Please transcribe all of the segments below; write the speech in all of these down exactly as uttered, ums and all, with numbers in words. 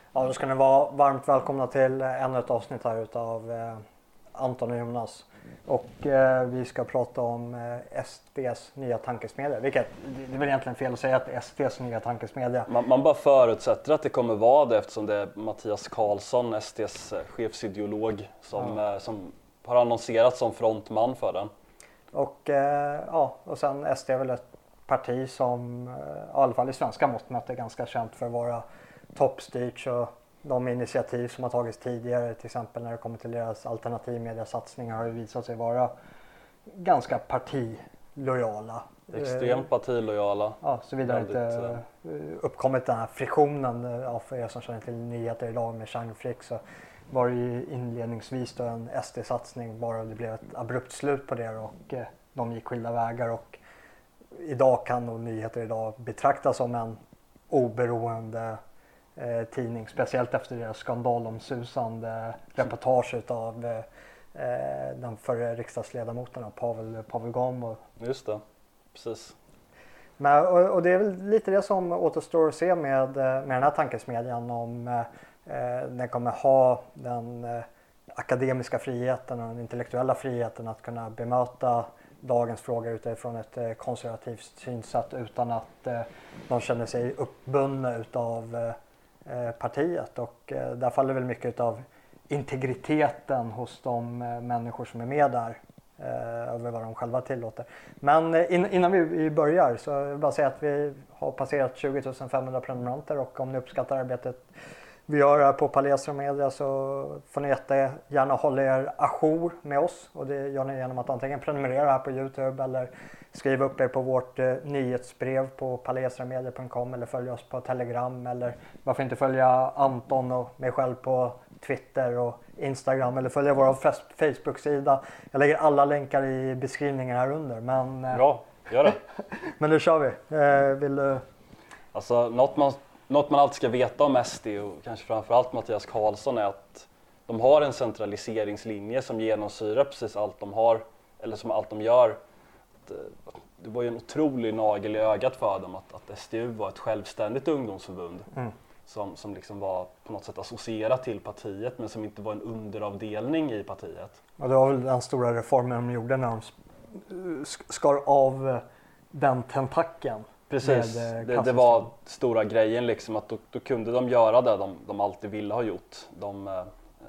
Ja, då ska ni vara varmt välkomna till ännu ett avsnitt här utav eh, Anton och Jonas. Och eh, vi ska prata om eh, S D:s nya tankesmedja. Vilket, det är väl egentligen fel att säga att det är S D:s nya tankesmedja. Man, man bara förutsätter att det kommer vara det eftersom det är Mattias Karlsson, S D:s eh, chefsideolog, som, ja. eh, som har annonserats som frontman för den. Och, eh, ja, och sen S D är väl ett parti som eh, i alla fall i svenska mått mätt är ganska känt för att vara toppstyrt. Så de initiativ som har tagits tidigare, till exempel när det kommer till deras alternativmediasatsningar, har ju visat sig vara ganska partilojala. Extremt partilojala. Ja, så vidare inte uppkommit den här friktionen, ja, för er som känner till nyheter idag med Chang Frick, så var det ju inledningsvis då en S D-satsning, bara det blev ett abrupt slut på det och eh, de gick skilda vägar. Och idag kan nog nyheter idag betraktas som en oberoende eh, tidning, speciellt efter deras skandalomsusande reportage utav eh, den förre riksdagsledamoten Pavel, Pavel Gamov. Just det, precis. Men, och, och det är väl lite det som återstår att se med, med den här tankesmedjan, om eh, den kommer ha den eh, akademiska friheten och den intellektuella friheten att kunna bemöta dagens frågor utifrån ett eh, konservativt synsätt utan att eh, de känner sig uppbundna utav eh, partiet. Och eh, där faller väl mycket av integriteten hos de eh, människor som är med där eh, över vad de själva tillåter. Men eh, in, innan vi, vi börjar så vill jag bara säga att vi har passerat tjugo tusen femhundra prenumeranter, och om ni uppskattar arbetet vi gör här på Palestra Media så får ni jättegärna hålla er ajour med oss, och det gör ni genom att antingen prenumerera här på YouTube eller skriva upp er på vårt eh, nyhetsbrev på palestramedia punkt com eller följa oss på Telegram, eller varför inte följa Anton och mig själv på Twitter och Instagram, eller följa vår Facebook-sida. Jag lägger alla länkar i beskrivningen här under. Men, eh, Bra, gör det. Men nu kör vi. Eh, vill du... Alltså, något man... Något man alltid ska veta om S D och kanske framförallt Mattias Karlsson är att de har en centraliseringslinje som genomsyrar precis allt de har, eller som allt de gör. Det var ju en otrolig nagel i ögat för dem att, att S D U var ett självständigt ungdomsförbund mm. som, som liksom var på något sätt associerat till partiet men som inte var en underavdelning i partiet. Ja, det var väl den stora reformen de gjorde när de skar av den tentakeln. Precis, det, det var stora grejen liksom, att då, då kunde de göra det de, de alltid ville ha gjort. De, eh,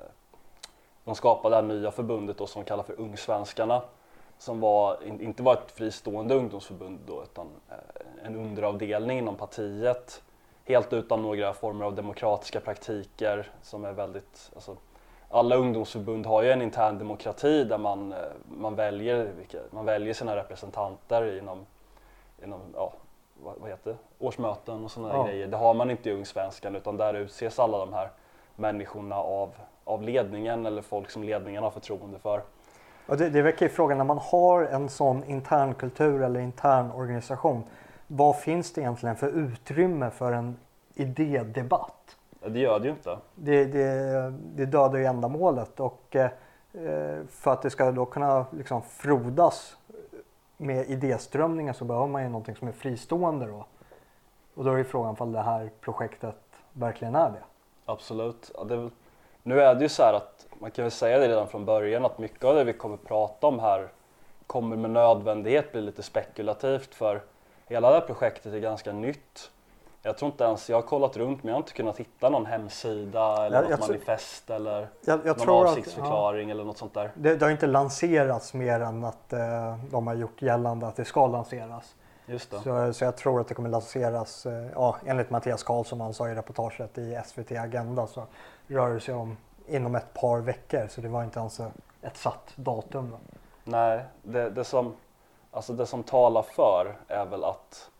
de skapade det här nya förbundet då, som kallas för Ungsvenskarna, som var, in, inte var ett fristående ungdomsförbund då, utan eh, en underavdelning inom partiet, helt utan några former av demokratiska praktiker som är väldigt, alltså, alla ungdomsförbund har ju en intern demokrati där man, man, väljer, vilka, man väljer sina representanter inom, inom ja, vad heter det? Årsmöten och sådana ja. grejer. Det har man inte i Ungsvenskan, utan där utses alla de här människorna av, av ledningen eller folk som ledningen har förtroende för. Och det, det väcker ju frågan, när man har en sån intern kultur eller intern organisation, vad finns det egentligen för utrymme för en idédebatt? Ja, det gör det ju inte. Det, det, det dödar ju ändamålet, och eh, för att det ska då kunna liksom frodas med idéströmningar så behöver man ju någonting som är fristående då. Och då är ju frågan om det här projektet verkligen är det. Absolut. Ja, det, nu är det ju så här att man kan väl säga det redan från början att mycket av det vi kommer prata om här kommer med nödvändighet bli lite spekulativt, för hela det här projektet är ganska nytt. Jag tror inte ens, jag har kollat runt men jag har inte kunnat hitta någon hemsida eller jag, något jag manifest tror, eller jag, jag någon avsiktsförklaring att, ja, eller något sånt där. Det, det har inte lanserats mer än att eh, de har gjort gällande att det ska lanseras. Just det. Så, så jag tror att det kommer lanseras, eh, ja, enligt Mattias Karlsson som han sa i reportaget i S V T Agenda, så rör det sig om inom ett par veckor, så det var inte ens ett satt datum då. Nej, det, det, som, alltså det som talar för är väl att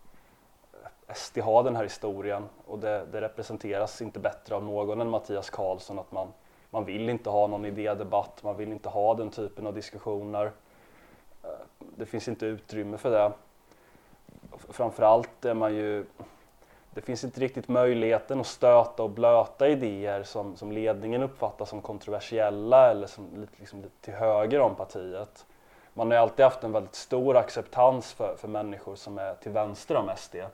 S D har den här historien, och det, det representeras inte bättre av någon än Mattias Karlsson, att man, man vill inte ha någon idédebatt, man vill inte ha den typen av diskussioner. Det finns inte utrymme för det. Framförallt är man ju, det finns inte riktigt möjligheten att stöta och blöta idéer som, som ledningen uppfattar som kontroversiella eller som lite, liksom, lite till höger om partiet. Man har ju alltid haft en väldigt stor acceptans för, för människor som är till vänster om S D.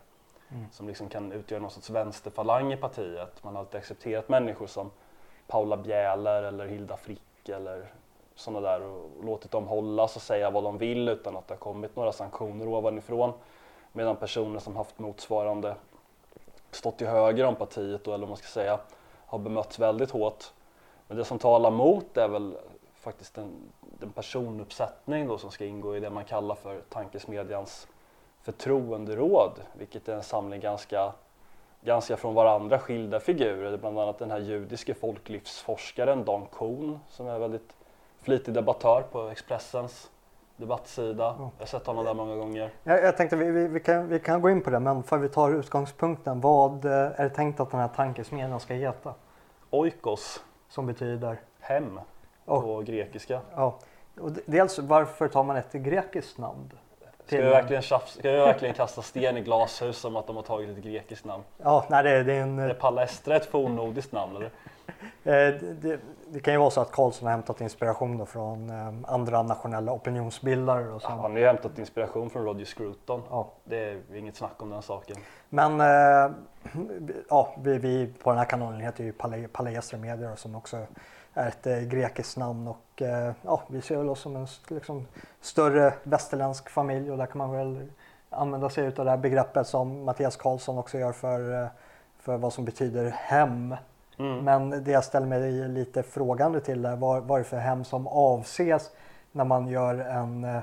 mm. som liksom kan utgöra någon sorts vänsterfalang i partiet. Man har alltid accepterat människor som Paula Bjäler eller Hilda Frick eller sådana där och låtit dem hållas och säga vad de vill utan att det har kommit några sanktioner ovanifrån. Medan personer som haft motsvarande stått till höger om partiet då, eller vad man ska säga, har bemötts väldigt hårt. Men det som talar emot är väl faktiskt den, den personuppsättning då som ska ingå i det man kallar för tankesmedjans förtroenderåd, vilket är en samling ganska, ganska från varandra skilda figurer. Det är bland annat den här judiske folklivsforskaren Dan Kuhn som är väldigt flitig debattör på Expressens debattsida. Jag har sett honom där många gånger. Jag, jag tänkte vi, vi, vi, kan, vi kan gå in på det, men för vi tar utgångspunkten. Vad är det tänkt att den här tankesmedjan ska heta? Oikos. Som betyder? Hem på oh. grekiska. Ja. Och dels varför tar man ett grekiskt namn? Ska vi verkligen, tjafs, ska vi verkligen kasta sten i glashus som att de har tagit ett grekiskt namn? Ja, nej det, det är en... Är Palestra ett fornnordiskt namn eller? Det, det, det kan ju vara så att Karlsson har hämtat inspiration då från eh, andra nationella opinionsbildare. Och ja, han har ju hämtat inspiration från Roger Scruton. Ja. Det är inget snack om den saken. Men eh, ja, vi, vi på den här kanalen heter ju Palestra Media som också är ett eh, grekiskt namn. Och eh, ja, vi ser väl oss som en liksom, större västerländsk familj och där kan man väl använda sig av det här begreppet som Mattias Karlsson också gör för, för vad som betyder hem. Mm. Men det jag ställer mig lite frågande till är var, vad är det för hem som avses när man gör en eh,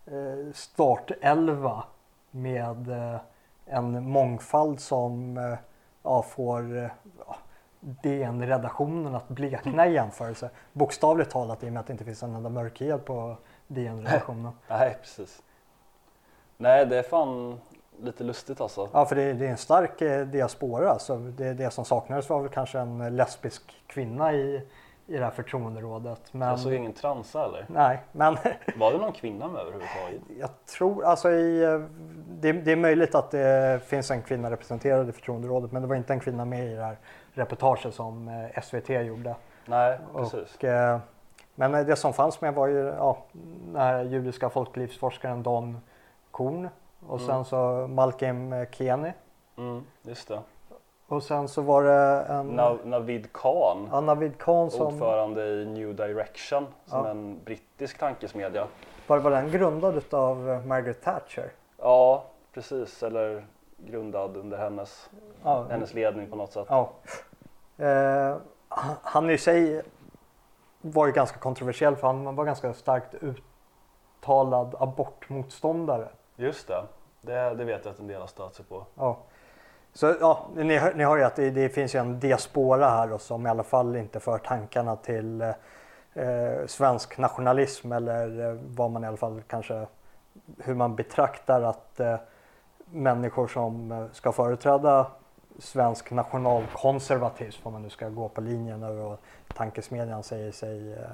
startelva med eh, en mångfald som eh, ja, får eh, D N-redaktionen att blekna i jämförelse. Bokstavligt talat i och med att det inte finns en enda mörkhed på D N-redaktionen. Nej, precis. Nej, det är fan lite lustigt alltså. Ja, för det, det är en stark eh, diaspora. Alltså det, det som saknades var väl kanske en lesbisk kvinna i, i det här förtroenderådet. Men... Jag såg ingen transa eller? Nej, men... Var det någon kvinna med överhuvudtaget? Jag tror, alltså i, det, det är möjligt att det finns en kvinna representerad i förtroenderådet, men det var inte en kvinna med i det här reportaget som S V T gjorde. Nej, precis. Och, men det som fanns med var ju ja, den här judiska folklivsforskaren Dan Kuhn. Och sen mm. så Malcolm Keny. Mm, just det. Och sen så var det en... Nav- Navid Khan. Ja, Navid Khan som... Ordförande i New Direction. Som ja. en brittisk tankesmedja. Var, var den grundad av Margaret Thatcher? Ja, precis. Eller grundad under hennes, ja. hennes ledning på något sätt. Ja. Eh, han i sig var ju ganska kontroversiell för han var ganska starkt uttalad abortmotståndare. Just det. det, det vet jag att en del har stött sig på. Ja. Så ja, ni, ni hör ju att det, det finns ju en diaspora här och som i alla fall inte för tankarna till eh, svensk nationalism eller eh, vad man i alla fall kanske, hur man betraktar att eh, människor som eh, ska företräda svensk nationalkonservatism, om man nu ska gå på linjen och tankesmedjan säger sig eh,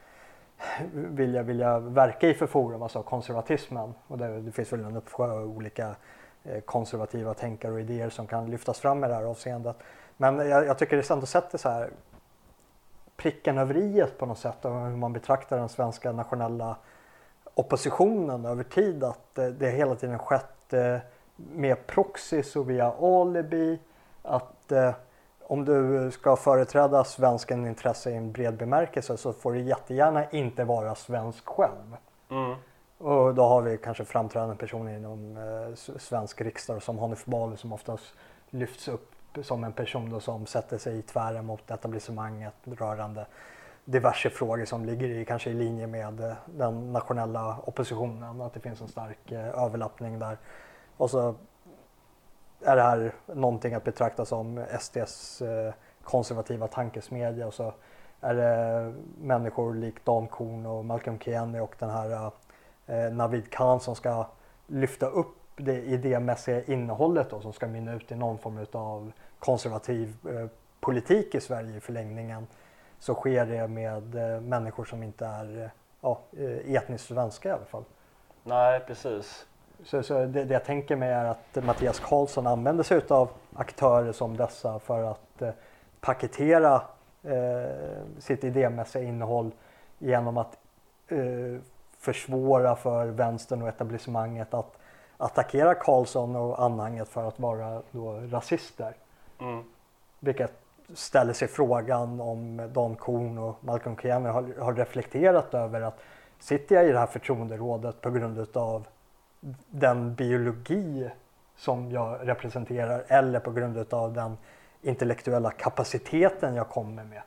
vilja, vilja verka i för forum, alltså konservatismen. Och det, det finns väl en uppsjö av olika eh, konservativa tänkare och idéer som kan lyftas fram i det här avseendet. Men jag, jag tycker det är sant att sätta så här pricken över iet på något sätt och hur man betraktar den svenska nationella oppositionen över tid, att eh, det hela tiden skett eh, med proxys och via alibi, att eh, om du ska företräda svenskens intresse i en bred bemärkelse så får du jättegärna inte vara svensk själv. Mm. Och då har vi kanske framträdande personer inom eh, svensk riksdag som Hanif Bali som oftast lyfts upp som en person då som sätter sig i tvären mot etablissemanget rörande diverse frågor som ligger i, kanske i linje med eh, den nationella oppositionen. Att det finns en stark eh, överlappning där. Och så är det här någonting att betrakta som S D:s eh, konservativa tankesmedja och så är det människor likt Dan Kuhn och Malcolm Keny och den här eh, Navid Khan som ska lyfta upp det idémässiga innehållet då, som ska mynna ut i någon form av konservativ eh, politik i Sverige i förlängningen, så sker det med eh, människor som inte är eh, etniskt svenska i alla fall. Nej, precis. Så, så det, det jag tänker mig är att Mattias Karlsson använder sig av aktörer som dessa för att eh, paketera eh, sitt idémässiga innehåll genom att eh, försvåra för vänstern och etablissemanget att, attackerar Karlsson och anhanget för att vara då rasister. Mm. Vilket ställer sig frågan om Don Korn och Malcolm Kiani har, har reflekterat över att sitter jag i det här förtroenderådet på grund av den biologi som jag representerar eller på grund av den intellektuella kapaciteten jag kommer med?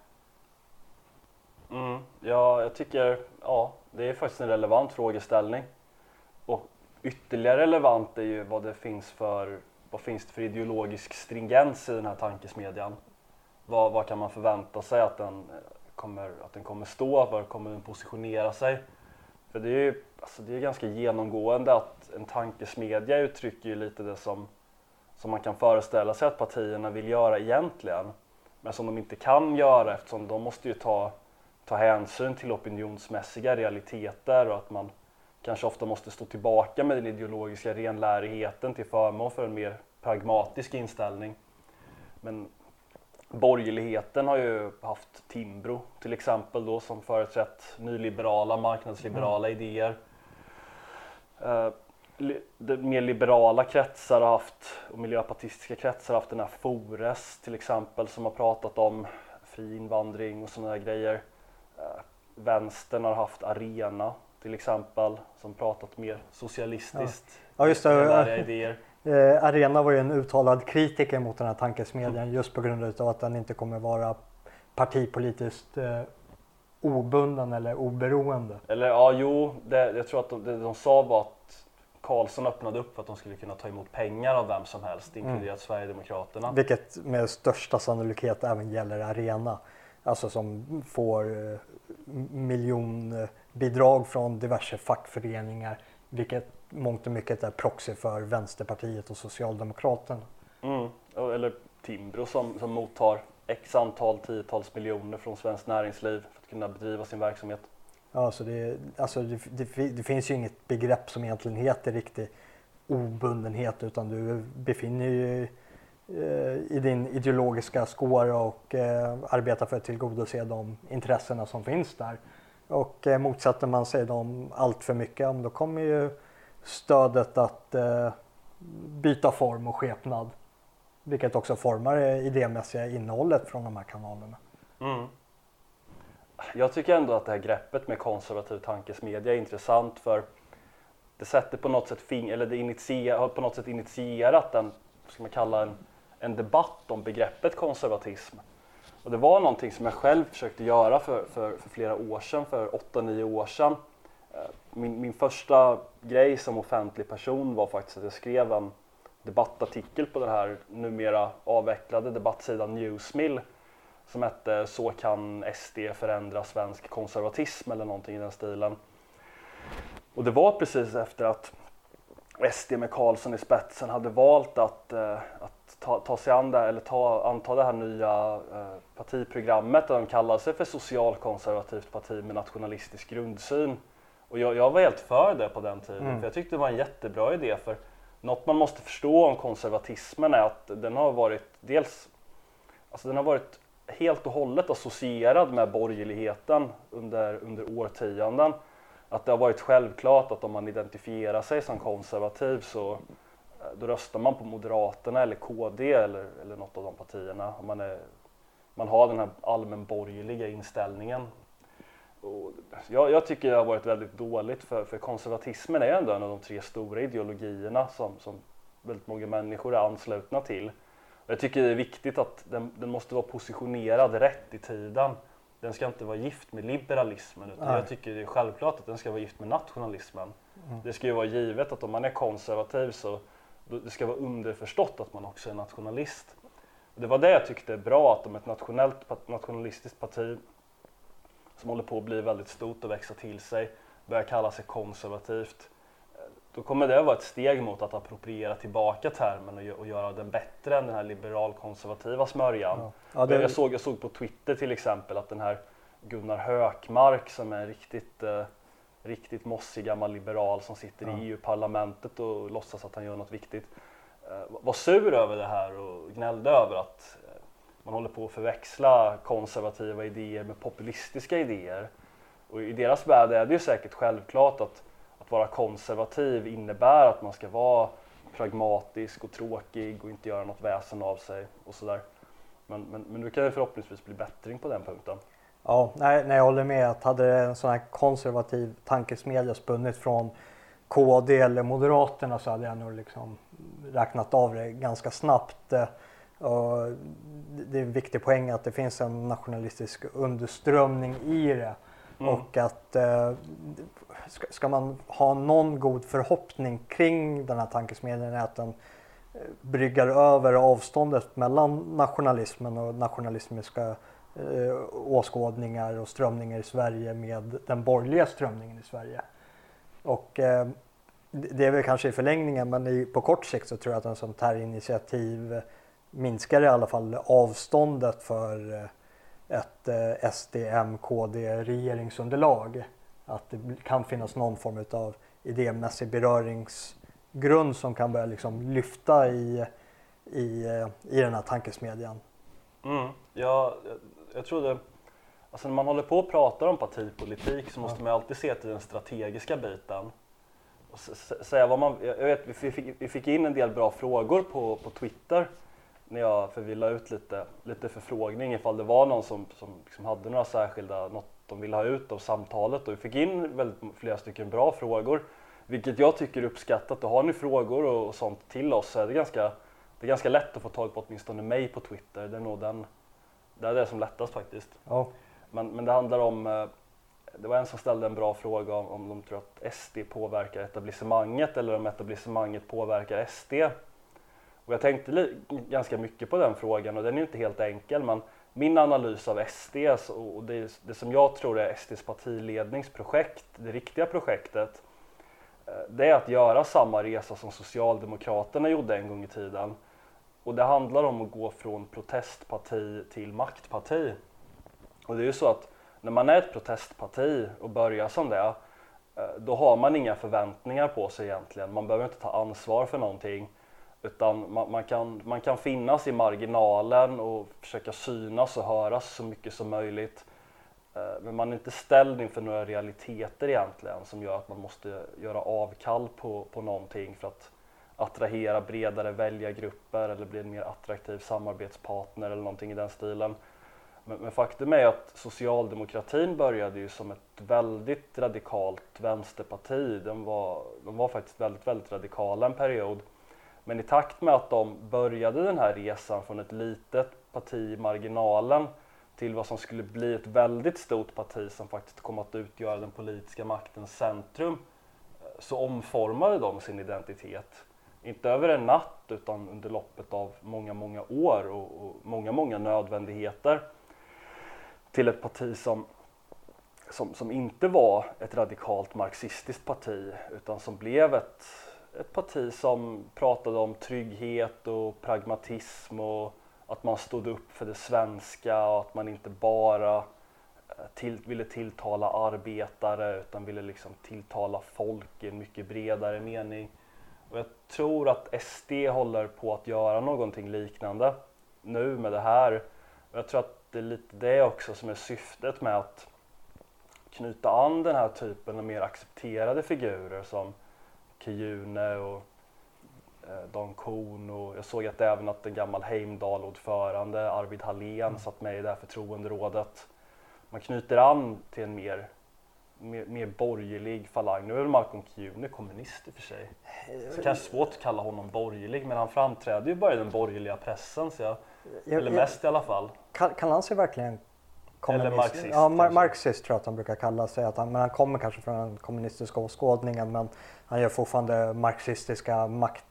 Mm, ja, jag tycker ja, det är faktiskt en relevant frågeställning. Och ytterligare relevant är ju vad det finns för, vad finns det för ideologisk stringens i den här tankesmedjan. Vad, vad kan man förvänta sig att den kommer, att den kommer stå, var kommer den positionera sig? För det är ju alltså det är ganska genomgående att en tankesmedja uttrycker ju lite det som, som man kan föreställa sig att partierna vill göra egentligen. Men som de inte kan göra eftersom de måste ju ta, ta hänsyn till opinionsmässiga realiteter och att man kanske ofta måste stå tillbaka med den ideologiska renlärigheten till förmån för en mer pragmatisk inställning. Men borgerligheten har ju haft Timbro till exempel då som företrätt nyliberala, marknadsliberala mm. idéer. Uh, li, de mer liberala kretsar har haft och miljöpartistiska kretsar har haft den här Fores till exempel som har pratat om fri invandring och sådana där grejer. Uh, vänstern har haft Arena till exempel som pratat mer socialistiskt. Ja, ja just det. Idéer. Eh, Arena var ju en uttalad kritiker mot den här tankesmedjan mm. just på grund av att den inte kommer vara partipolitiskt eh, obunden eller oberoende. Eller ja, jo, det, jag tror att de, det de sa var att Karlsson öppnade upp för att de skulle kunna ta emot pengar av vem som helst, inkluderat mm. Sverigedemokraterna. Vilket med största sannolikhet även gäller Arena. Alltså som får eh, miljonbidrag från diverse fackföreningar, vilket mångt och mycket är proxy för Vänsterpartiet och Socialdemokraterna. Mm. Eller Timbro som, som mottar x antal tiotals miljoner från Svenskt Näringsliv för att kunna bedriva sin verksamhet. Ja, så det, alltså det, det, det finns ju inget begrepp som egentligen heter riktig obundenhet utan du befinner ju i din ideologiska skåra och eh, arbetar för att tillgodose de intressena som finns där. Och eh, motsätter man sig dem allt för mycket, då kommer ju stödet att eh, byta form och skepnad. Vilket också formar det idémässiga innehållet från de här kanalerna. Mm. Jag tycker ändå att det här greppet med konservativ tankesmedja är intressant för det sätter på något sätt fing- eller det initier- har på något sätt initierat en, ska man kalla en, en debatt om begreppet konservatism. Och det var någonting som jag själv försökte göra för, för, för flera år sedan, för åtta, nio år sedan. Min, min första grej som offentlig person var faktiskt att jag skrev en debattartikel på den här numera avvecklade debattsidan Newsmill som hette Så kan S D förändra svensk konservatism eller någonting i den stilen. Och det var precis efter att S D med Karlsson i spetsen hade valt att, eh, att ta, ta sig an det, eller ta, anta det här nya eh, partiprogrammet där de kallar sig för socialkonservativt parti med nationalistisk grundsyn. Och jag, jag var helt för det på den tiden, mm. för jag tyckte det var en jättebra idé. För något man måste förstå om konservatismen är att den har varit dels, alltså den har varit helt och hållet associerad med borgerligheten under, under årtionden. Att det har varit självklart att om man identifierar sig som konservativ så då röstar man på Moderaterna eller K D eller, eller något av de partierna. Man, är, man har den här allmänborgerliga inställningen. Och jag, jag tycker det har varit väldigt dåligt för, för konservatismen är ändå en av de tre stora ideologierna som, som väldigt många människor är anslutna till. Och jag tycker det är viktigt att den, den måste vara positionerad rätt i tiden. Den ska inte vara gift med liberalismen utan Nej. Jag tycker det är självklart att den ska vara gift med nationalismen. Mm. Det ska ju vara givet att om man är konservativ så det ska vara underförstått att man också är nationalist. Och det var det jag tyckte är bra att om ett nationellt, nationalistiskt parti som håller på att bli väldigt stort och växa till sig börjar kalla sig konservativt. Då kommer det att vara ett steg mot att appropriera tillbaka termen och, och göra den bättre än den här liberal-konservativa smörjan. Ja. Ja, det... jag, såg, jag såg på Twitter till exempel att den här Gunnar Hökmark som är en riktigt, eh, riktigt mossig gammal liberal som sitter ja. i E U-parlamentet och låtsas att han gör något viktigt. Eh, var sur över det här och gnällde över att eh, man håller på att förväxla konservativa idéer med populistiska idéer. Och i deras värld är det ju säkert självklart att att vara konservativ innebär att man ska vara pragmatisk och tråkig och inte göra något väsen av sig och sådär. Men, men, men nu kan det förhoppningsvis bli bättring på den punkten. Ja, nej, nej, jag håller med. Att hade en sån här konservativ tankesmedja spunnit från K D eller Moderaterna så hade jag nog liksom räknat av det ganska snabbt. Och det är en viktig poäng att det finns en nationalistisk underströmning i det. Mm. Och att eh, ska, ska man ha någon god förhoppning kring den här tankesmedjan är att den eh, bryggar över avståndet mellan nationalismen och nationalistiska eh, åskådningar och strömningar i Sverige med den borgerliga strömningen i Sverige. Och eh, det är väl kanske i förlängningen, men i, på kort sikt så tror jag att en sån här initiativ minskar i alla fall avståndet för eh, ett eh, S D M K D regeringsunderlag. Att det kan finnas någon form av idémässig beröringsgrund som kan börja liksom lyfta i, i, i den här tankesmedjan. Mm. Ja, jag, jag trodde, alltså när man håller på och pratar om partipolitik så måste ja. man alltid se till den strategiska biten. Och säga vad man, jag vet, vi fick, vi fick in en del bra frågor på, på Twitter. När jag, för vi la ut lite, lite förfrågning ifall det var någon som, som liksom hade några särskilda, något de ville ha ut av samtalet. Och vi fick in väldigt flera stycken bra frågor, vilket jag tycker är uppskattat. Och har ni frågor och, och sånt till oss så är det ganska, det är ganska lätt att få tag på åtminstone mig på Twitter. Det är nog den, det är det som lättast faktiskt. Ja. Men, men det handlar om, det var en som ställde en bra fråga om, om de tror att S D påverkar etablissemanget eller om etablissemanget påverkar S D. Och jag tänkte li- ganska mycket på den frågan och den är inte helt enkel, men min analys av S D och det, det som jag tror är S D:s partiledningsprojekt, det riktiga projektet, det är att göra samma resa som Socialdemokraterna gjorde en gång i tiden. Och det handlar om att gå från protestparti till maktparti. Och det är ju så att när man är ett protestparti och börjar som det, då har man inga förväntningar på sig egentligen. Man behöver inte ta ansvar för någonting. Utan man, man, kan, man kan finnas i marginalen och försöka synas och höras så mycket som möjligt. Men man är inte ställd inför några realiteter egentligen som gör att man måste göra avkall på, på någonting för att attrahera bredare väljargrupper eller bli en mer attraktiv samarbetspartner eller någonting i den stilen. Men, men faktum är att socialdemokratin började ju som ett väldigt radikalt vänsterparti. Den var, de var faktiskt väldigt, väldigt radikala en period. Men i takt med att de började den här resan från ett litet parti i marginalen till vad som skulle bli ett väldigt stort parti som faktiskt kom att utgöra den politiska maktens centrum, så omformade de sin identitet. Inte över en natt utan under loppet av många, många år och, och många, många nödvändigheter till ett parti som, som, som inte var ett radikalt marxistiskt parti utan som blev ett Ett parti som pratade om trygghet och pragmatism och att man stod upp för det svenska och att man inte bara till, ville tilltala arbetare utan ville liksom tilltala folk i en mycket bredare mening. Och jag tror att S D håller på att göra någonting liknande nu med det här. Och jag tror att det är lite det också som är syftet med att knyta an den här typen av mer accepterade figurer som Kjune och eh, Dan Kohn, och jag såg att även att en gammal Heimdal-ordförande Arvid Hallén mm. satt med i det här förtroenderådet. Man knyter an till en mer, mer, mer borgerlig falang. Nu är väl Malcolm Kjune kommunist i och för sig. Så kanske svårt att kalla honom borgerlig, men han framträder ju bara i den borgerliga pressen, så jag, jag, eller mest jag, i alla fall. Kan, kan han sig verkligen kommunist? Eller marxist. Ja, mar- marxist tror jag att han brukar kalla sig. Att han, men han kommer kanske från den kommunistiska åskådningen, men han gör fortfarande marxistiska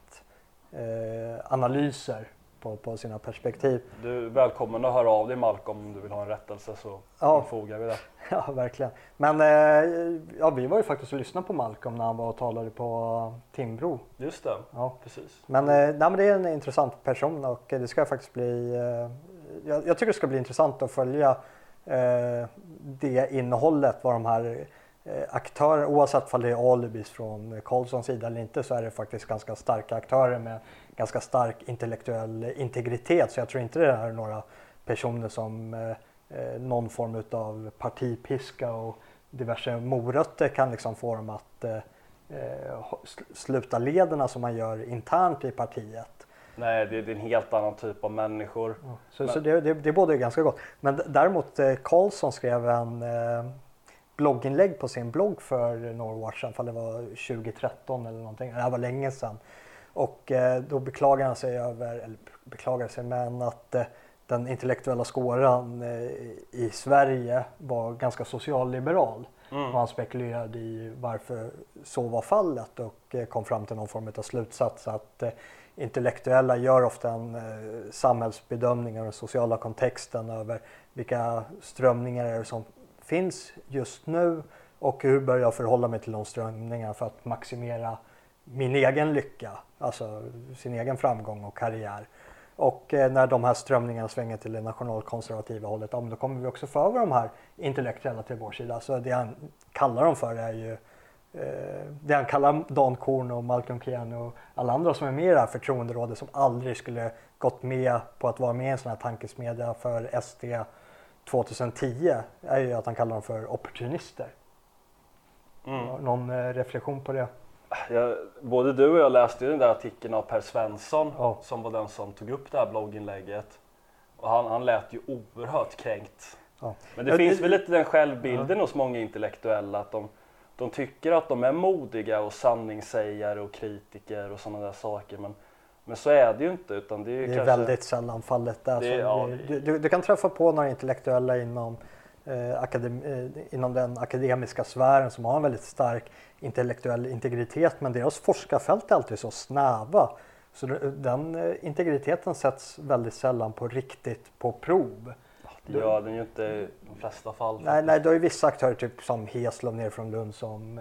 maktanalyser eh, på, på sina perspektiv. Du är välkommen att höra av dig, Malcolm, om du vill ha en rättelse, så ja. infogar vi det. Ja, verkligen. Men eh, ja, vi var ju faktiskt och lyssnade på Malcolm när han var och talade på Timbro. Just det, ja. Precis. Men, eh, nej, men det är en intressant person och det ska faktiskt bli... Eh, jag, jag tycker det ska bli intressant att följa eh, det innehållet, vad de här aktörer, oavsett om det är alibis från Karlssons sida eller inte, så är det faktiskt ganska starka aktörer med ganska stark intellektuell integritet. Så jag tror inte det är några personer som eh, någon form av partipiska och diverse morötter kan liksom få dem att eh, eh, sluta lederna som man gör internt i partiet. Nej, det är en helt annan typ av människor. Ja, så men... så det, det, det är både ganska gott. Men däremot eh, Karlsson skrev en eh, blogginlägg på sin blogg för Norrwatch, för det var tjugo tretton eller någonting. Det här var länge sedan. Och eh, då beklagar han sig över, eller beklagar sig, men att eh, den intellektuella skåran eh, i Sverige var ganska socialliberal. Mm. Och han spekulerade i varför så var fallet och eh, kom fram till någon form av slutsats att eh, intellektuella gör ofta en eh, samhällsbedömning av den sociala kontexten över vilka strömningar är det som finns just nu och hur bör jag förhålla mig till de strömningarna för att maximera min egen lycka, alltså sin egen framgång och karriär. Och eh, när de här strömningarna svänger till det nationalkonservativa hållet, ja, men då kommer vi också få över de här intellektuella till vår sida. Så det han kallar dem för är ju eh, det han kallar Dan Korn och Malcolm Keane och alla andra som är med i det här förtroenderådet som aldrig skulle gått med på att vara med i en sån här tankesmedja för S D tjugohundratio är ju att han kallar dem för opportunister. Mm. Någon eh, reflektion på det? Jag, både du och jag läste ju den där artikeln av Per Svensson oh. som var den som tog upp det här blogginlägget. Och han, han lät ju oerhört kränkt. Oh. Men det jag, finns det, väl lite den självbilden ja. hos många intellektuella att de, de tycker att de är modiga och sanningssägare och kritiker och sådana där saker. Men, men så är det ju inte. Utan det är, ju det är kanske, väldigt sällan fallet där. Det, ja, du, du, du kan träffa på några intellektuella inom Eh, akadem, eh, inom den akademiska sfären som har en väldigt stark intellektuell integritet, men deras forskarfält är alltid så snäva så den eh, integriteten sätts väldigt sällan på riktigt på prov. Det gör den ju inte i de flesta fall. Nej, nej, då är vissa aktörer typ som Heslov ner från Lund som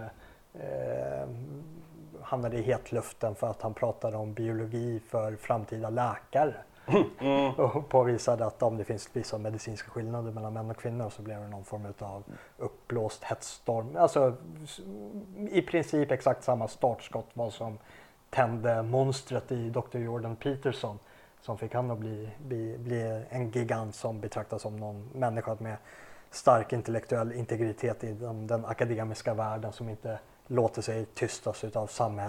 eh, hamnade i hetluften för att han pratade om biologi för framtida läkare. Mm. Och påvisade att om det finns vissa medicinska skillnader mellan män och kvinnor så blev det någon form av uppblåst hetsstorm. Alltså i princip exakt samma startskott vad som tände monstret i doktor Jordan Peterson som fick han att bli, bli, bli en gigant som betraktas som någon människa med stark intellektuell integritet i den, den akademiska världen som inte låter sig tystas av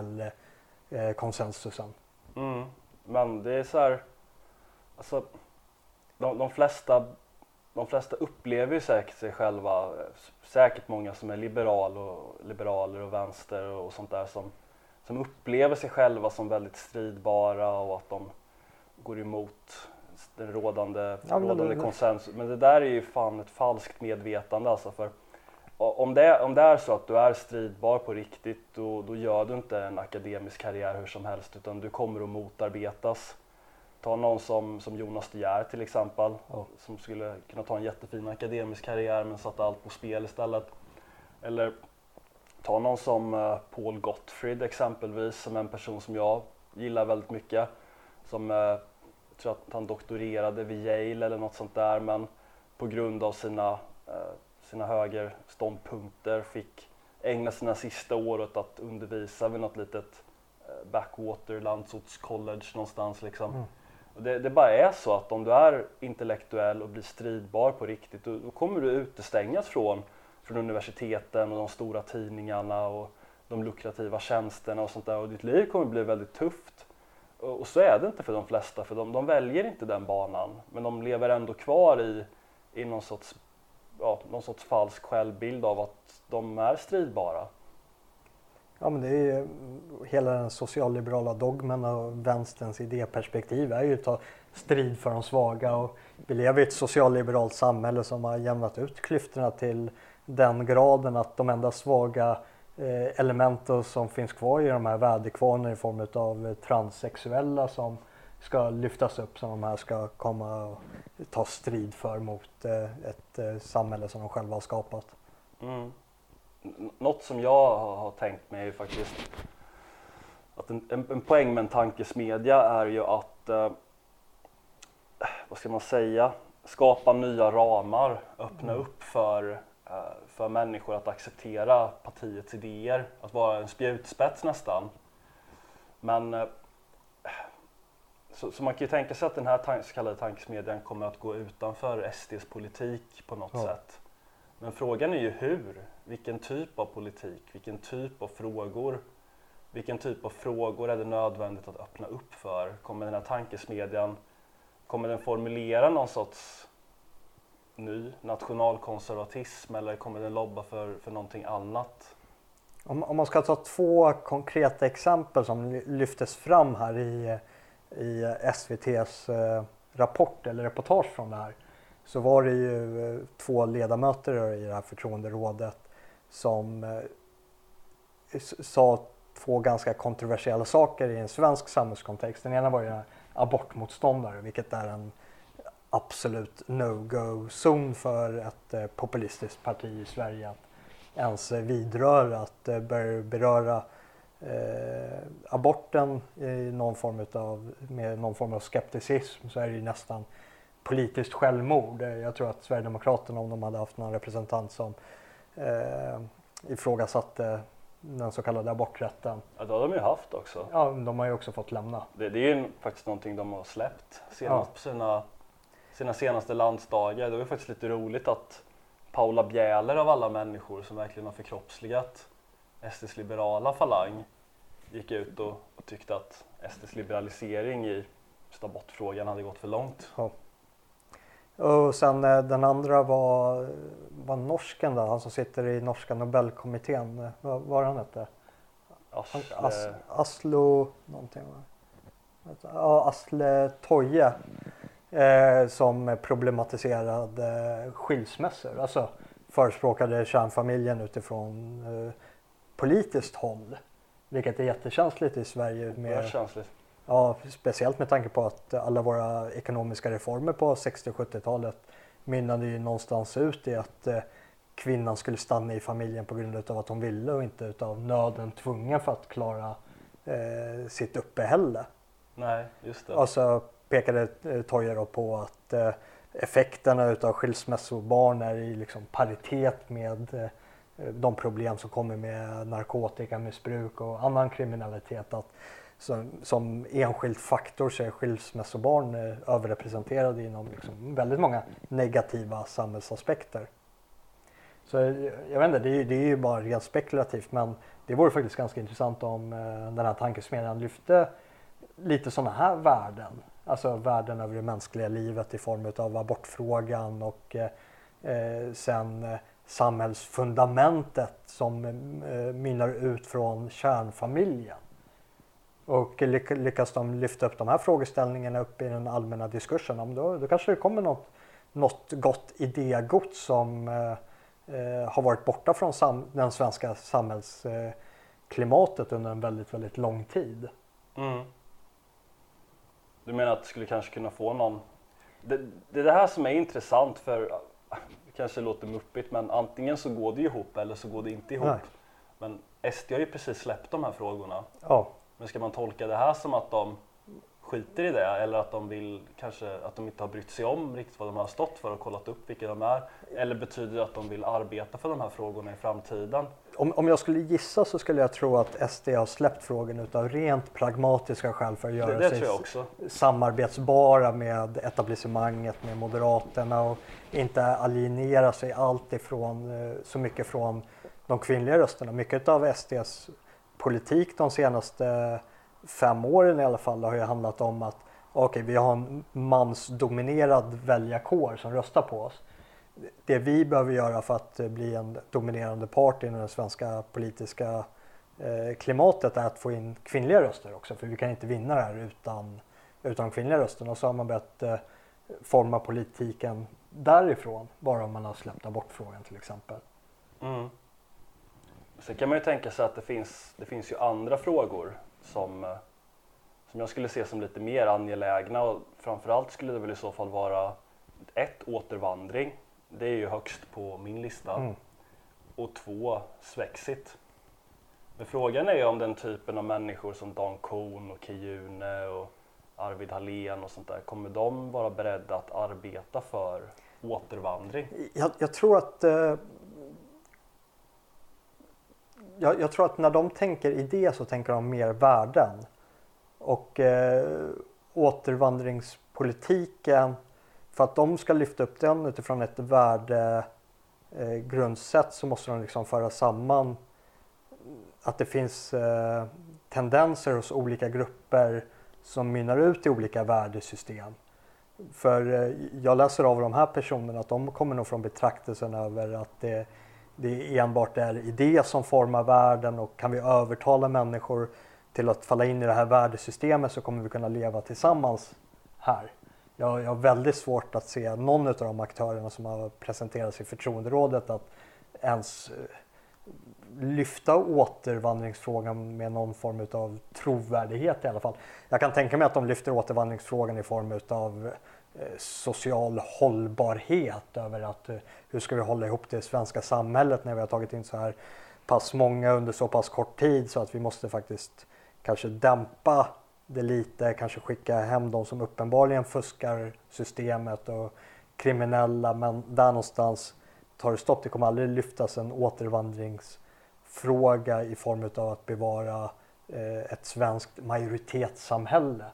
samhällskonsensusen. Eh, mm. Men det är så här. Alltså, de, de, flesta, de flesta upplever ju säkert sig själva, säkert många som är liberal och, liberaler och vänster och sånt där som, som upplever sig själva som väldigt stridbara och att de går emot den rådande, ja, rådande det, konsensus. Men det där är ju fan ett falskt medvetande alltså, för om det, om det är så att du är stridbar på riktigt då, då gör du inte en akademisk karriär hur som helst utan du kommer att motarbetas. Ta någon som, som Jonas De Geer till exempel, oh. som skulle kunna ta en jättefin akademisk karriär men satte allt på spel istället. Eller ta någon som uh, Paul Gottfried exempelvis, som en person som jag gillar väldigt mycket. Som uh, jag tror att han doktorerade vid Yale eller något sånt där, men på grund av sina, uh, sina högerståndpunkter fick ägna sina sista år åt att undervisa vid något litet uh, backwater landsorts college någonstans liksom. Mm. Det, det bara är så att om du är intellektuell och blir stridbar på riktigt då, då kommer du utestängas från, från universiteten och de stora tidningarna och de lukrativa tjänsterna och sånt där och ditt liv kommer bli väldigt tufft. Och, och så är det inte för de flesta för de, de väljer inte den banan men de lever ändå kvar i, i någon, sorts, ja, någon sorts falsk självbild av att de är stridbara. Ja, men det är ju, hela den socialliberala dogmen och vänsterns idéperspektiv är ju att ta strid för de svaga och vi lever i ett socialliberalt samhälle som har jämnat ut klyftorna till den graden att de enda svaga eh, elementen som finns kvar i de här väderkvarnar i form av transsexuella som ska lyftas upp som de här ska komma och ta strid för mot eh, ett eh, samhälle som de själva har skapat. Mm. Något som jag har tänkt mig är faktiskt att en, en, en poäng med en tankesmedja är ju att eh, vad ska man säga, skapa nya ramar, öppna mm. upp för, eh, för människor att acceptera partiets idéer, att vara en spjutspets nästan. Men eh, så, så man kan ju tänka sig att den här tank, så kallade tankesmedjan kommer att gå utanför S D:s politik på något ja. sätt. Men frågan är ju hur, vilken typ av politik, vilken typ av frågor, vilken typ av frågor är det nödvändigt att öppna upp för? Kommer den här tankesmedjan, kommer den formulera någon sorts ny nationalkonservatism eller kommer den lobba för, för någonting annat? Om, om man ska ta två konkreta exempel som lyftes fram här i, i S V T:s eh, rapport eller reportage från det här, så var det ju eh, två ledamöter i det här förtroenderådet som eh, sa två ganska kontroversiella saker i en svensk samhällskontext. Den ena var ju abortmotståndare, vilket är en absolut no-go-zon för ett eh, populistiskt parti i Sverige att ens vidröra, att eh, börja beröra eh, aborten i någon form av, med någon form av skepticism, så är det ju nästan politiskt självmord. Jag tror att Sverigedemokraterna, om de hade haft någon representant som eh, ifrågasatte den så kallade aborträtten. Ja, det har de ju haft också. Ja, de har ju också fått lämna. Det, det är ju faktiskt någonting de har släppt senast ja. på sina, sina senaste landsdagar. Det var ju faktiskt lite roligt att Paula Bjäler av alla människor som verkligen har förkroppsligat S D:s liberala falang gick ut och, och tyckte att S D:s liberalisering i abortfrågan hade gått för långt. Ja. Och sen den andra var, var norsken där, han som sitter i norska Nobelkommittén. Vad var han hette? Asle... As, Aslo någonting. Ja, Asle Toje. Eh, som problematiserade skilsmässor. Alltså förespråkade kärnfamiljen utifrån eh, politiskt håll. Vilket är jättekänsligt i Sverige. Med, det är känsligt. Ja, speciellt med tanke på att alla våra ekonomiska reformer på sextio- och sjuttiotalet mynnade ju någonstans ut i att eh, kvinnan skulle stanna i familjen på grund av att hon ville och inte utav nöden tvungen för att klara eh, sitt uppehälle. Nej, just det. Och så pekade eh, Toje då på att eh, effekterna utav skilsmässobarn är i liksom paritet med eh, de problem som kommer med narkotikamissbruk och annan kriminalitet. Att Som, som enskild faktor så är skilsmässobarn eh, överrepresenterade inom liksom väldigt många negativa samhällsaspekter. Så jag vet inte, det är, det är ju bara rent spekulativt, men det vore faktiskt ganska intressant om eh, den här tankesmedjan lyfte lite sådana här värden. Alltså värden över det mänskliga livet i form av abortfrågan och eh, sen eh, samhällsfundamentet som eh, mynnar ut från kärnfamiljen. Och lyckas de lyfta upp de här frågeställningarna upp i den allmänna diskursen, då, då kanske det kommer något, något gott idégods som eh, har varit borta från sam, den svenska samhällsklimatet under en väldigt, väldigt lång tid. Mm. Du menar att du skulle kanske kunna få någon... Det, det är det här som är intressant, för det kanske låter muppigt, men antingen så går det ihop eller så går det inte ihop. Nej. Men S D har ju precis släppt de här frågorna. Ja. Men ska man tolka det här som att de skiter i det, eller att de vill kanske att de inte har brytt sig om riktigt vad de har stått för och kollat upp vilka de är, eller betyder det att de vill arbeta för de här frågorna i framtiden? Om, om jag skulle gissa så skulle jag tro att S D har släppt frågan utav rent pragmatiska skäl för att göra det, det sig också. samarbetsbara med etablissemanget, med Moderaterna, och inte alienera sig allt ifrån så mycket från de kvinnliga rösterna. Mycket av S D:s politik de senaste fem åren i alla fall har ju handlat om att okej, vi har en mansdominerad väljarkår som röstar på oss. Det vi behöver göra för att bli en dominerande part i det svenska politiska eh, klimatet är att få in kvinnliga röster också, för vi kan inte vinna det här utan, utan kvinnliga röster. Och så har man börjat eh, forma politiken därifrån, bara om man har släppt abortfrågan till exempel. Mm. Sen kan man ju tänka sig att det finns, det finns ju andra frågor som, som jag skulle se som lite mer angelägna, och framförallt skulle det väl i så fall vara ett, återvandring. Det är ju högst på min lista. Mm. Och två, Svexit. Men frågan är ju om den typen av människor som Dan Kohn och Kejune och Arvid Hallén och sånt där, kommer de vara beredda att arbeta för återvandring? Jag, jag tror att eh... Jag, jag tror att när de tänker i det så tänker de mer värden. Och eh, återvandringspolitiken, för att de ska lyfta upp den utifrån ett värde, eh, grundsätt så måste de liksom föra samman att det finns eh, tendenser hos olika grupper som mynnar ut i olika värdesystem. För eh, jag läser av de här personerna att de kommer nog från betraktelsen över att det, det enbart är idé som formar världen, och kan vi övertala människor till att falla in i det här värdesystemet så kommer vi kunna leva tillsammans här. Jag, jag har väldigt svårt att se någon av de aktörerna som har presenterats i förtroenderådet att ens lyfta återvandringsfrågan med någon form av trovärdighet i alla fall. Jag kan tänka mig att de lyfter återvandringsfrågan i form av eh, social hållbarhet över att eh, hur ska vi hålla ihop det svenska samhället när vi har tagit in så här pass många under så pass kort tid, så att vi måste faktiskt kanske dämpa det lite, kanske skicka hem de som uppenbarligen fuskar systemet och kriminella, men där någonstans tar det stopp. Det kommer aldrig lyftas en återvandringsfråga i form av att bevara eh, ett svenskt majoritetssamhälle.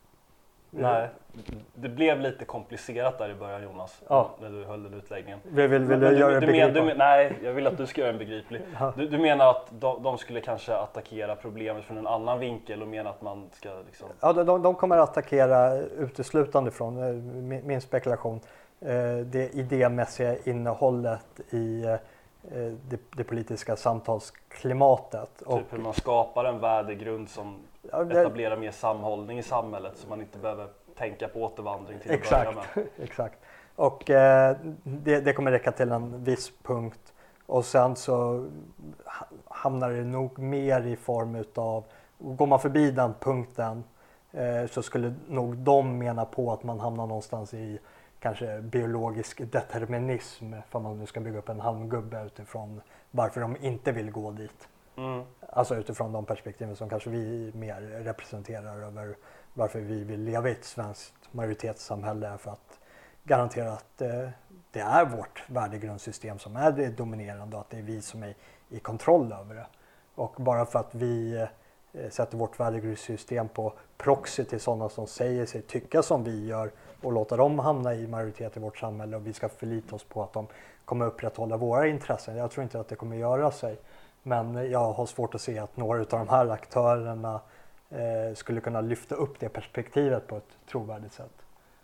Nej, det blev lite komplicerat där i början, Jonas, ja. när du höll den utläggningen. Vill, vill, vill men, du göra du, det men, du men, Nej, jag vill att du ska göra den begriplig. Ja. Du, du menar att de, de skulle kanske attackera problemet från en annan vinkel och menar att man ska liksom... Ja, de, de kommer att attackera uteslutande från, min, min spekulation, det idémässiga innehållet i det, det politiska samtalsklimatet. Typ och, hur man skapar en värdegrund som ja, det, etablerar mer samhållning i samhället, så man inte behöver tänka på återvandring till att börja med. Exakt. Och eh, det, det kommer räcka till en viss punkt, och sen så hamnar det nog mer i form utav, går man förbi den punkten eh, så skulle nog de mena på att man hamnar någonstans i kanske biologisk determinism, för man nu ska bygga upp en halmgubbe utifrån varför de inte vill gå dit. Mm. Alltså utifrån de perspektiven som kanske vi mer representerar över varför vi vill leva i ett svenskt majoritetssamhälle, för att garantera att eh, det är vårt värdegrundssystem som är det dominerande och att det är vi som är i kontroll över det. Och bara för att vi eh, sätter vårt värdegrundssystem på proxy till sådana som säger sig tycka som vi gör och låta dem hamna i majoritet i vårt samhälle, och vi ska förlita oss på att de kommer upprätthålla våra intressen. Jag tror inte att det kommer göra sig. Men jag har svårt att se att några av de här aktörerna eh, skulle kunna lyfta upp det perspektivet på ett trovärdigt sätt.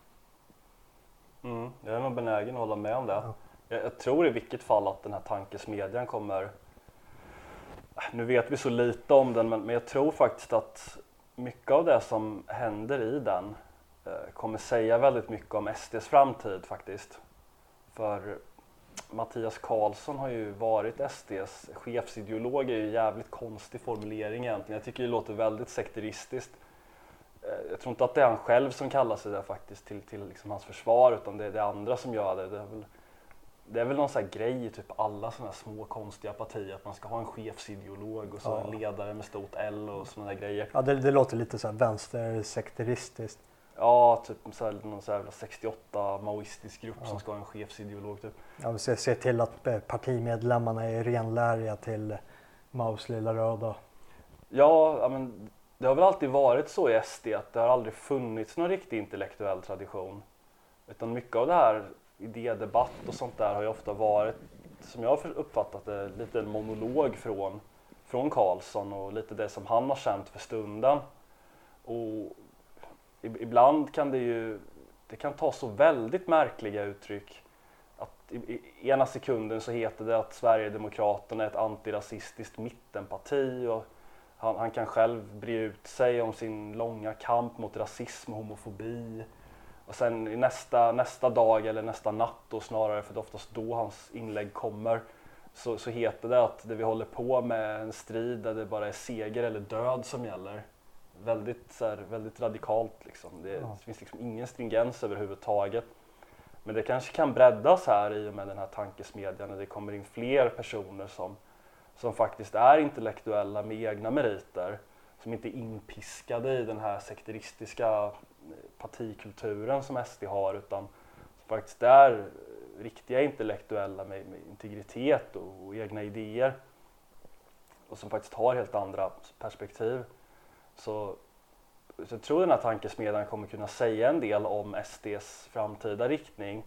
Mm, jag är nog benägen att hålla med om det. Ja. Jag, jag tror i vilket fall att den här tankesmedjan kommer... Nu vet vi så lite om den, men, men jag tror faktiskt att mycket av det som händer i den eh, kommer säga väldigt mycket om S D:s framtid faktiskt. För Mattias Karlsson har ju varit S D:s chefsideolog, är ju en jävligt konstig formulering egentligen. Jag tycker det låter väldigt sekteristiskt. Jag tror inte att det är han själv som kallar sig det faktiskt till, till liksom hans försvar, utan det är det andra som gör det. Det är väl, det är väl någon sån här grej i typ alla såna här små konstiga partier, att man ska ha en chefsideolog och så ja. en ledare med stort L och såna där grejer. Ja, det, det låter lite så här vänstersekteristiskt. Ja, typ så här, någon så här sextioåtta maoistisk grupp ja. som ska ha en chefsideolog typ. Ja, vi ska se till att partimedlemmarna är renläriga till Maos lilla röda. Ja, men det har väl alltid varit så i S D att det har aldrig funnits någon riktig intellektuell tradition. Utan mycket av det här idédebatt och sånt där har ju ofta varit, som jag har uppfattat det, lite en monolog från, från Karlsson och lite det som han har känt för stunden. Och ibland kan det ju, det kan ta så väldigt märkliga uttryck. Att i, i ena sekunden så heter det att Sverigedemokraterna är ett antirasistiskt mittenparti, och han, han kan själv bre ut sig om sin långa kamp mot rasism och homofobi. Och sen i nästa, nästa dag eller nästa natt då snarare, för det är oftast då hans inlägg kommer, så, så heter det att det vi håller på med en strid där det bara är seger eller död som gäller. Väldigt, så här, väldigt radikalt liksom. Det, ja. det finns liksom ingen stringens överhuvudtaget. Men det kanske kan breddas här i och med den här tankesmedjan, när det kommer in fler personer som, som faktiskt är intellektuella med egna meriter, som inte är inpiskade i den här sekteristiska partikulturen som S D har, utan som faktiskt är riktiga intellektuella med, med integritet och, och egna idéer, och som faktiskt har helt andra perspektiv. Så, så jag tror den här tankesmedjan kommer kunna säga en del om S D:s framtida riktning,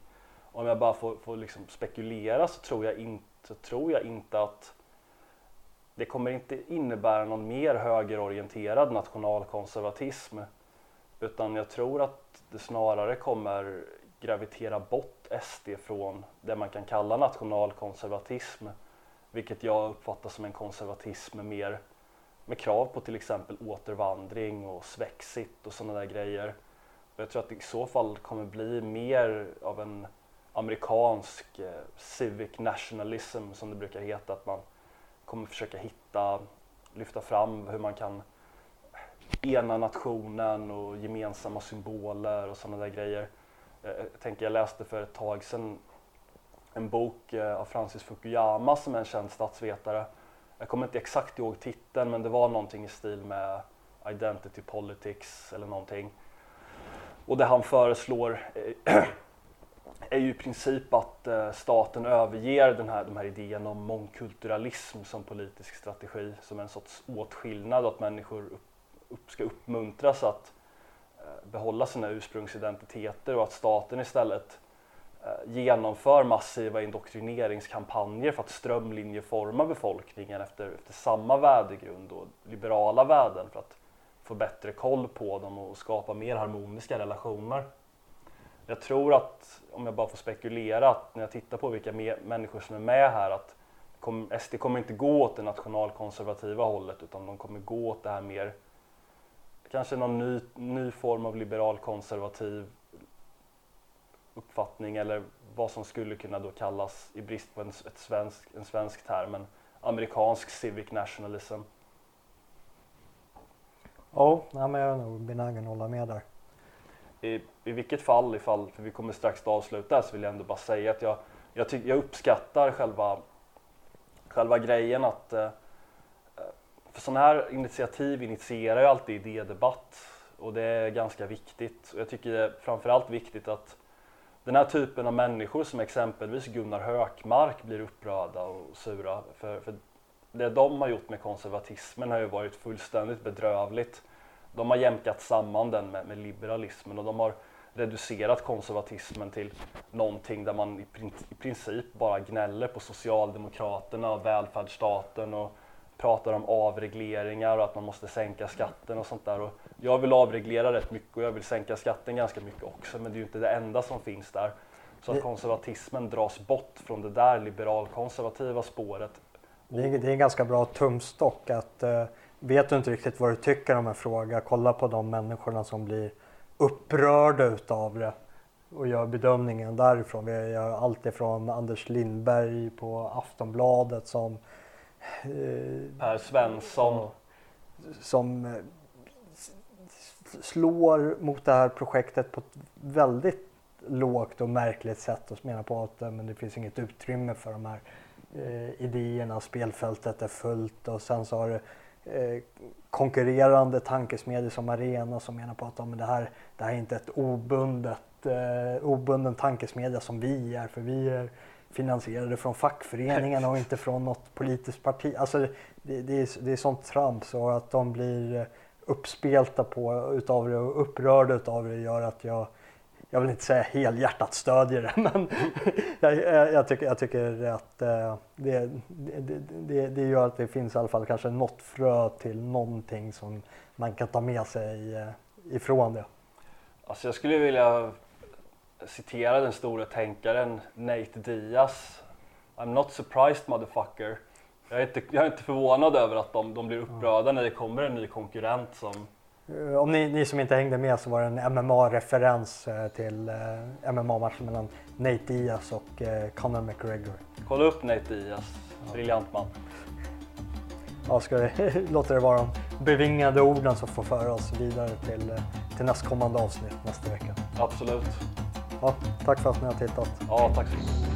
Om jag bara får, får liksom spekulera så tror jag, inte, så tror jag inte att det kommer inte innebära någon mer högerorienterad nationalkonservatism, utan jag tror att det snarare kommer gravitera bort S D från det man kan kalla nationalkonservatism, vilket jag uppfattar som en konservatism mer med krav på till exempel återvandring och svexit och sådana där grejer. Och jag tror att det i så fall kommer bli mer av en amerikansk eh, civic nationalism som det brukar heta, att man kommer försöka hitta, lyfta fram hur man kan ena nationen och gemensamma symboler och sådana där grejer. Jag tänker, jag läste för ett tag sedan en bok av Francis Fukuyama som är en känd statsvetare. Jag kommer inte exakt ihåg titeln, men det var någonting i stil med Identity Politics eller någonting. Och det han föreslår är ju i princip att staten överger den här, de här idén om mångkulturalism som politisk strategi, som en sorts åtskillnad, att människor upp, upp, ska uppmuntras att behålla sina ursprungsidentiteter och att staten istället genomför massiva indoktrineringskampanjer för att strömlinjeforma befolkningen efter, efter samma värdegrund och liberala värden för att få bättre koll på dem och skapa mer harmoniska relationer. Jag tror att, om jag bara får spekulera, att när jag tittar på vilka me- människor som är med här, att kom, S D kommer inte gå åt det nationalkonservativa hållet, utan de kommer gå åt det här mer, kanske någon ny, ny form av liberal-konservativ uppfattning, eller vad som skulle kunna då kallas, i brist på en, ett svensk, en svensk term, en amerikansk civic nationalism. Ja, men jag är nog benägen att hålla med där. I, I vilket fall, ifall, för vi kommer strax att avsluta, så vill jag ändå bara säga att jag, jag, ty, jag uppskattar själva, själva grejen att eh, för sådana här initiativ initierar ju alltid idédebatt, och det är ganska viktigt. Och jag tycker det är framförallt viktigt att den här typen av människor som exempelvis Gunnar Hökmark blir upprörda och sura. För, för det de har gjort med konservatismen har ju varit fullständigt bedrövligt. De har jämkat samman den med, med liberalismen, och de har reducerat konservatismen till någonting där man i, prin, i princip bara gnäller på Socialdemokraterna och välfärdsstaten och pratar om avregleringar och att man måste sänka skatten och sånt där. Och jag vill avreglera rätt mycket och jag vill sänka skatten ganska mycket också, men det är ju inte det enda som finns där. Så att konservatismen dras bort från det där liberalkonservativa spåret. Det är, det är en ganska bra tumstock att uh, vet du inte riktigt vad du tycker om en fråga, kolla på de människorna som blir upprörda utav det och gör bedömningen därifrån. Vi har allt ifrån Anders Lindberg på Aftonbladet som uh, Per Svensson uh, som uh, slår mot det här projektet på ett väldigt lågt och märkligt sätt och menar på att uh, men det finns inget utrymme för de här uh, idéerna, spelfältet är fullt, och sen så har det uh, konkurrerande tankesmedjor som Arena som menar på att uh, men det, här, det här är inte ett obundet, uh, obunden tankesmedja som vi är, för vi är finansierade från fackföreningarna och inte från något politiskt parti. Alltså det, det, är, det är sånt trams, och att de blir uppspelta på utav det och upprörda utav det gör att jag, jag vill inte säga helhjärtat stödjer det, men jag, jag, tycker, jag tycker att det, det, det, det gör att det finns i alla fall kanske något frö till någonting som man kan ta med sig ifrån det. Alltså jag skulle vilja citera den stora tänkaren Nate Diaz. I'm not surprised motherfucker. Jag är inte, jag är inte förvånad över att de, de blir upprörda när det kommer en ny konkurrent som... Om ni, ni som inte hängde med, så var det en M M A-referens till eh, M M A-matchen mellan Nate Diaz och eh, Conor McGregor. Kolla upp Nate Diaz, ja. Briljant man. Ja, ska vi låta det vara de bevingade orden som får föra oss vidare till, till nästkommande avsnitt nästa vecka. Absolut. Ja, tack för att ni har tittat. Ja, tack så mycket.